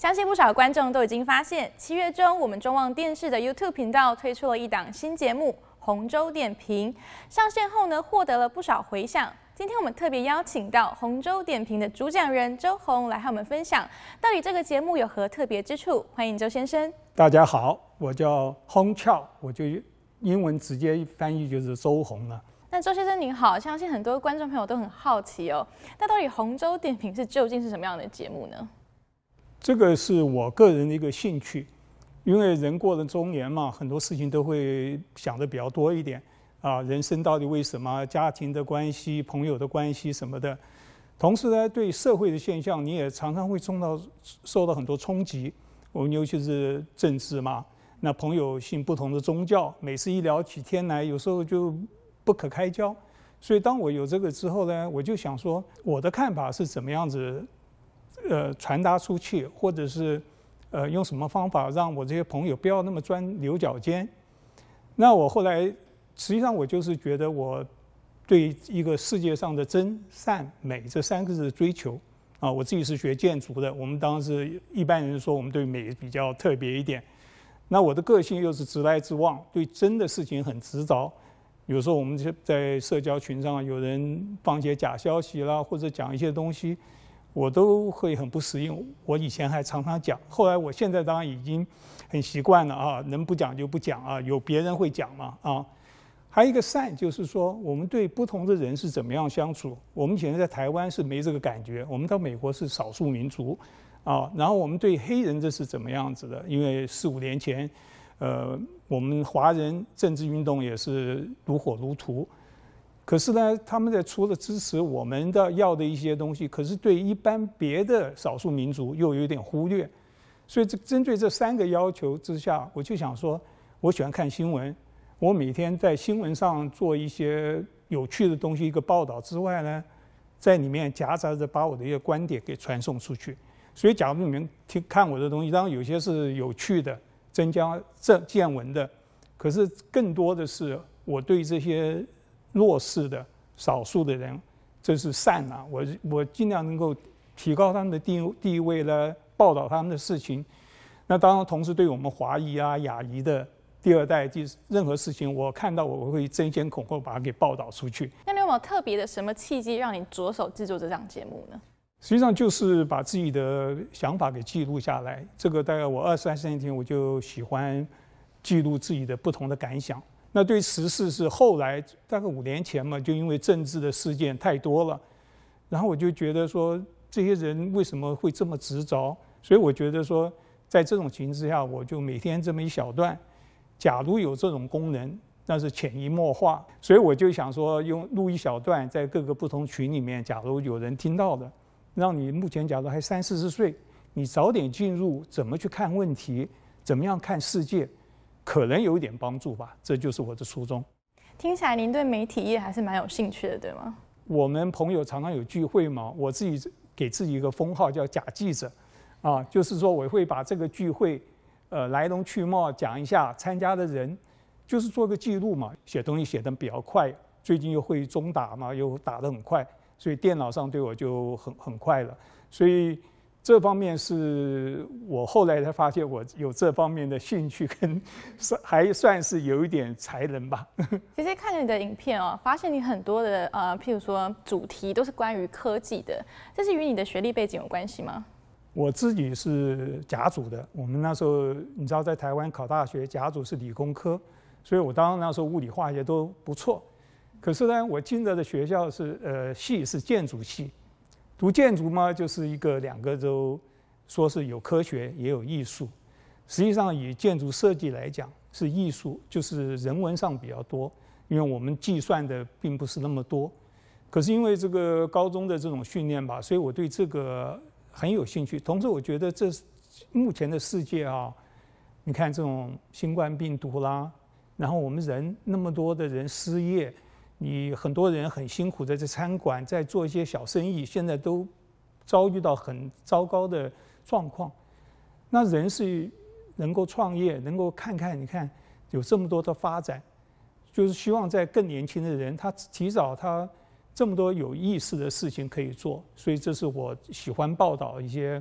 相信不少观众都已经发现，7月中我们中望电视的 YouTube 频道推出了一档新节目《洪州点评》，上线后呢，获得了不少回响。今天我们特别邀请到《洪州点评》的主讲人周洪来和我们分享，到底这个节目有何特别之处？欢迎周先生。 大家好，我叫洪翘，我就英文直接翻译就是周洪了。 那周先生您好，相信很多观众朋友都很好奇哦，那到底《洪州点评》究竟是什么样的节目呢？ 这个是我个人的一个兴趣，因为人过了中年嘛，很多事情都会想的比较多一点啊，人生到底为什么，家庭的关系、朋友的关系什么的。同时呢，对社会的现象，你也常常会受到很多冲击。我们尤其是政治嘛，那朋友信不同的宗教，每次一聊起天来，有时候就不可开交。所以当我有这个之后呢，我就想说，我的看法是怎么样子。传达出去，或者是用什么方法让我这些朋友不要那么钻牛角尖。那我后来实际上我就是觉得我对一个世界上的真善美这3个字的追求啊，我自己是学建筑的，我们当时一般人说我们对美比较特别一点。那我的个性又是直来直往，对真的事情很执着。有时候我们在社交群上有人放一些假消息啦，或者讲一些东西。我都会很不适应，我以前还常常讲，后来我现在当然已经很习惯了啊，能不讲就不讲啊，有别人会讲嘛啊。还有一个善，就是说我们对不同的人是怎么样相处。我们以前在台湾是没这个感觉，我们到美国是少数民族啊，然后我们对黑人这是怎么样子的？因为4、5年前，我们华人政治运动也是如火如荼。可是呢，他们在除了支持我们的要的一些东西，可是对一般别的少数民族又有点忽略。所以针对这3个要求之下，我就想说，我喜欢看新闻，我每天在新闻上做一些有趣的东西，一个报道之外呢，在里面夹杂着把我的一个观点给传送出去。所以假如你们看我的东西，当然有些是有趣的、增加见闻的，可是更多的是我对这些弱势的少数的人，这是善啊！我尽量能够提高他们的地位来报道他们的事情。那当然，同时对我们华裔啊、亚裔的第2代，任何事情我看到我会争先恐后把它给报道出去。 那你有没有特别的什么契机让你着手制作这档节目呢？ 实际上就是把自己的想法给记录下来。这个大概我20、30年前我就喜欢记录自己的不同的感想。那对时事是后来大概5年前嘛，就因为政治的事件太多了，然后我就觉得说这些人为什么会这么执着？所以我觉得说，在这种情况下，我就每天这么一小段，假如有这种功能，那是潜移默化。所以我就想说，录一小段，在各个不同群里面，假如有人听到的，让你目前假如还30、40岁，你早点进入，怎么去看问题，怎么样看世界。可能有一点帮助吧，这就是我的初衷。 听起来您对媒体业还是蛮有兴趣的，对吗？ 我们朋友常常有聚会嘛，我自己给自己一个封号叫假记者，啊，就是说我会把这个聚会，来龙去脉讲一下，参加的人，就是做个记录嘛。写东西写得比较快，最近又会中打嘛，又打得很快，所以电脑上对我就很快了，所以。这方面是我后来才发现，我有这方面的兴趣，跟还算是有一点才能吧。 其实看你的影片哦，发现你很多的譬如说主题都是关于科技的，这是与你的学历背景有关系吗？ 我自己是甲组的，我们那时候你知道，在台湾考大学，甲组是理工科，所以我当然那时候物理化学都不错。可是呢，我进的学校是系是建筑系。读建筑嘛，就是2个都说是有科学也有艺术。实际上以建筑设计来讲，是艺术，就是人文上比较多，因为我们计算的并不是那么多。可是因为这个高中的这种训练吧，所以我对这个很有兴趣。同时，我觉得这目前的世界啊，你看这种新冠病毒啦，然后我们人那么多的人失业。你很多人很辛苦的在餐馆，在做一些小生意，现在都遭遇到很糟糕的状况。那人是能够创业，能够看看，你看有这么多的发展，就是希望在更年轻的人，他提早他这么多有意思的事情可以做。所以这是我喜欢报道一些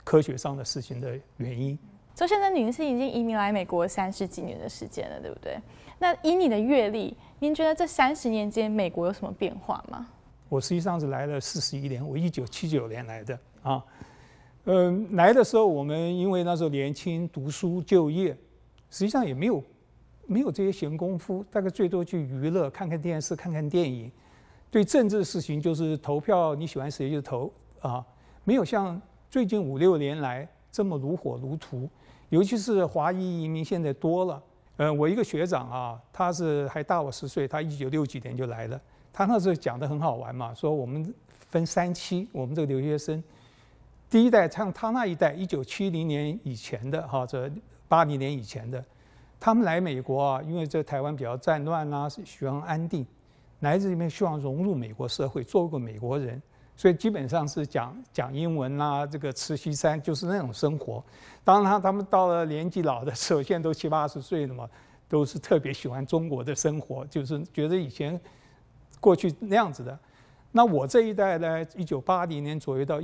科学上的事情的原因。 周先生，您是已经移民来美国30几年的时间了，对不对？那以你的阅历，您觉得这30年间美国有什么变化吗？ 我实际上是来了41年，我1979年来的啊。来的时候我们因为那时候年轻，读书就业，实际上也没有这些闲工夫，大概最多去娱乐，看看电视，看看电影。对政治的事情就是投票，你喜欢谁就投啊，没有像最近5、6年来这么如火如荼。尤其是华裔移民现在多了。我一个学长啊，他是还大我10岁，他1960几年就来了。他那时候讲得很好玩嘛，说我们分3期，我们这个留学生，第一代像他那一代，1970年以前的哈，这80年以前的，他们来美国啊，因为在台湾比较战乱啊，希望安定，来这边希望融入美国社会，做个美国人。所以基本上是讲英文啦，这个吃西餐就是那种生活。当然他们到了年纪老的时候，现在都70、80岁了嘛，都是特别喜欢中国的生活，就是觉得以前过去那样子的。那我这一代呢，1980年左右到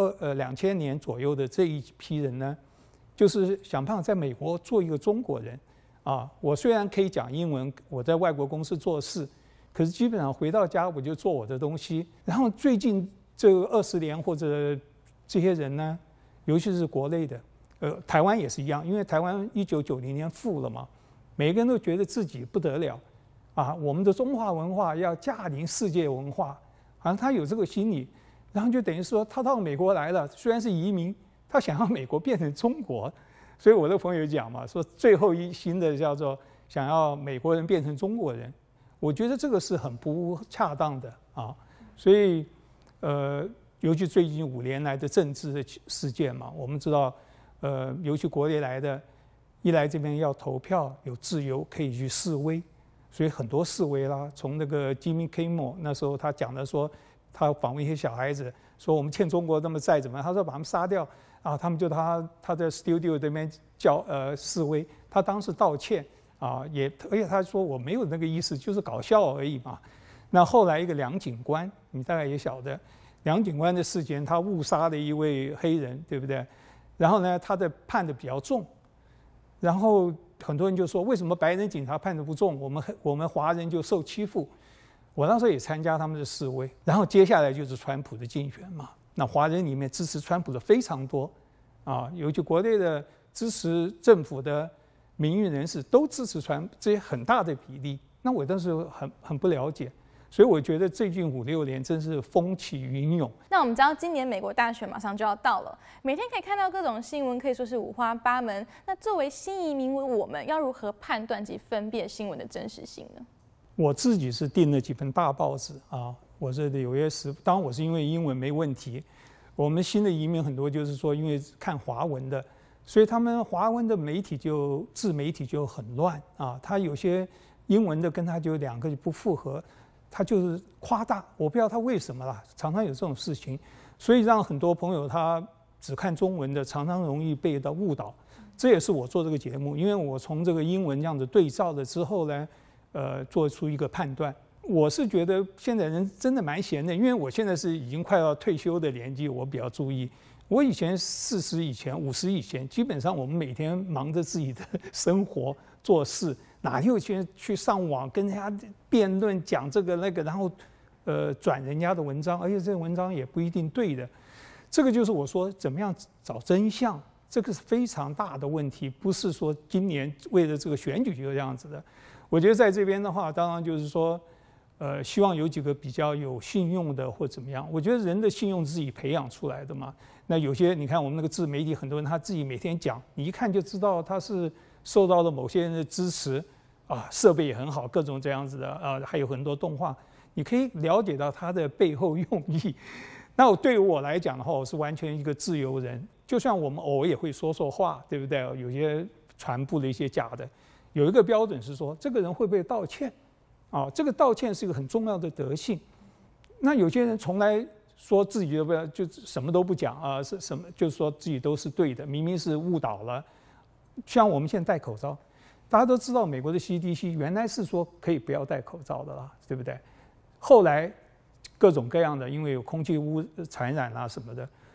2000年左右的这一批人呢，就是想办法在美国做一个中国人啊。我虽然可以讲英文，我在外国公司做事，可是基本上回到家我就做我的东西。然后最近这20年或者这些人呢，尤其是国内的，台湾也是一样，因为台湾1990年富了嘛，每个人都觉得自己不得了啊，我们的中华文化要驾临世界文化，好像他有这个心理，然后就等于说他到美国来了，虽然是移民，他想要美国变成中国。所以我的朋友讲嘛，说最后一心的叫做想要美国人变成中国人。我觉得这个是很不恰当的啊，所以尤其最近5年来的政治的事件嘛，我们知道，尤其国内来的，一来这边要投票，有自由可以去示威，所以很多示威啦。从那个 Jimmy Kimmel 那时候他讲的说，他访问一些小孩子，说我们欠中国那么债怎么样？他说把他们杀掉啊，他们就他在 studio 这边示威，他当时道歉。啊，而且他说我没有那个意思，就是搞笑而已嘛。那后来一个梁警官，你大概也晓得，梁警官的事件，他误杀了一位黑人，对不对？然后呢，他的判的比较重，然后很多人就说，为什么白人警察判的不重，我们华人就受欺负？我那时候也参加他们的示威，然后接下来就是川普的竞选嘛。那华人里面支持川普的非常多，啊，尤其国内的支持政府的民运人士都支持这些很大的比例，那我当时很不了解，所以我觉得最近5、6年真是风起云涌。 那我们知道今年美国大选马上就要到了，每天可以看到各种新闻，可以说是五花八门。那作为新移民，我们要如何判断及分辨新闻的真实性呢？ 我自己是订了几本大报纸啊，我是纽约时，当然我是因为英文没问题。我们新的移民很多就是说因为看华文的。所以他们华文的自媒体就很乱啊，他有些英文的跟他就2个就不符合，他就是夸大，我不知道他为什么啦，常常有这种事情，所以让很多朋友他只看中文的，常常容易被到误导。这也是我做这个节目，因为我从这个英文这样子对照了之后呢，做出一个判断。我是觉得现在人真的蛮闲的，因为我现在是已经快要退休的年纪，我比较注意。我以前40以前、50以前，基本上我们每天忙着自己的生活做事，哪有去上网跟人家辩论讲这个那个，然后转人家的文章，而且这个文章也不一定对的。这个就是我说怎么样找真相，这个是非常大的问题，不是说今年为了这个选举就这样子的。我觉得在这边的话，当然就是说。希望有几个比较有信用的或怎么样。我觉得人的信用自己培养出来的嘛。那有些你看我们那个自媒体，很多人他自己每天讲，你一看就知道他是受到了某些人的支持啊，设备也很好，各种这样子的啊，还有很多动画，你可以了解到他的背后用意。那对于我来讲的话，我是完全一个自由人，就算我们偶尔也会说话，对不对？有些传播的一些假的，有一个标准是说这个人会不会道歉。啊，这个道歉是一个很重要的德性。那有些人从来说自己就什么都不讲啊，是什么就是说自己都是对的，明明是误导了。像我们现在戴口罩，大家都知道美国的 CDC 原来是说可以不要戴口罩的啦，对不对？后来各种各样的，因为有空气污传染啊什么的，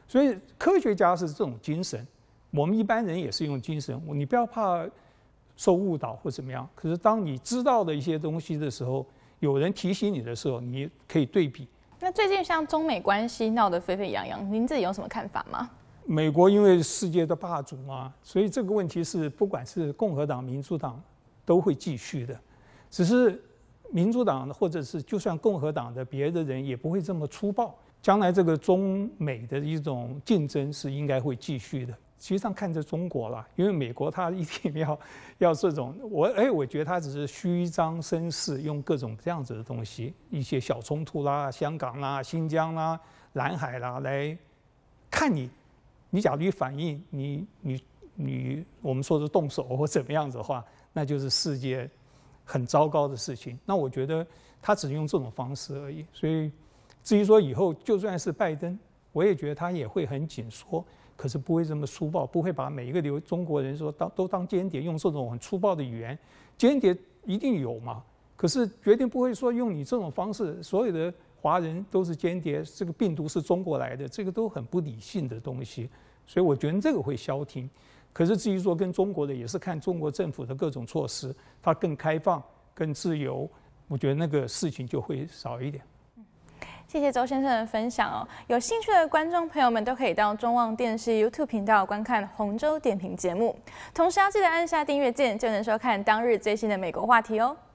所以科学家是这种精神，我们一般人也是用精神，你不要怕受误导或怎么样。可是当你知道的一些东西的时候，有人提醒你的时候，你可以对比。 那最近像中美关系闹得沸沸扬扬，您自己有什么看法吗？ 美国因为世界的霸主嘛，所以这个问题是不管是共和党、民主党都会继续的，只是民主党或者是就算共和党的别的人也不会这么粗暴。将来这个中美的一种竞争是应该会继续的。实际上看着中国了，因为美国它一定要这种，我觉得它只是虚张声势，用各种这样子的东西，一些小冲突啦、香港啦、新疆啦、南海啦，来看你假如一反应，我们说是动手或怎么样子的话，那就是世界很糟糕的事情。那我觉得他只用这种方式而已。所以至于说以后就算是拜登，我也觉得他也会很紧缩，可是不会这么粗暴，不会把每一个中国人说都当间谍，用这种很粗暴的语言。间谍一定有嘛，可是绝对不会说用你这种方式，所有的华人都是间谍，这个病毒是中国来的，这个都很不理性的东西。所以我觉得这个会消停。可是至于说跟中国的，也是看中国政府的各种措施，它更开放、更自由，我觉得那个事情就会少一点。 谢谢周先生的分享哦。有兴趣的观众朋友们都可以到中望电视 YouTube 频道观看洪州点评节目，同时要记得按下订阅键，就能收看当日最新的美国话题哦。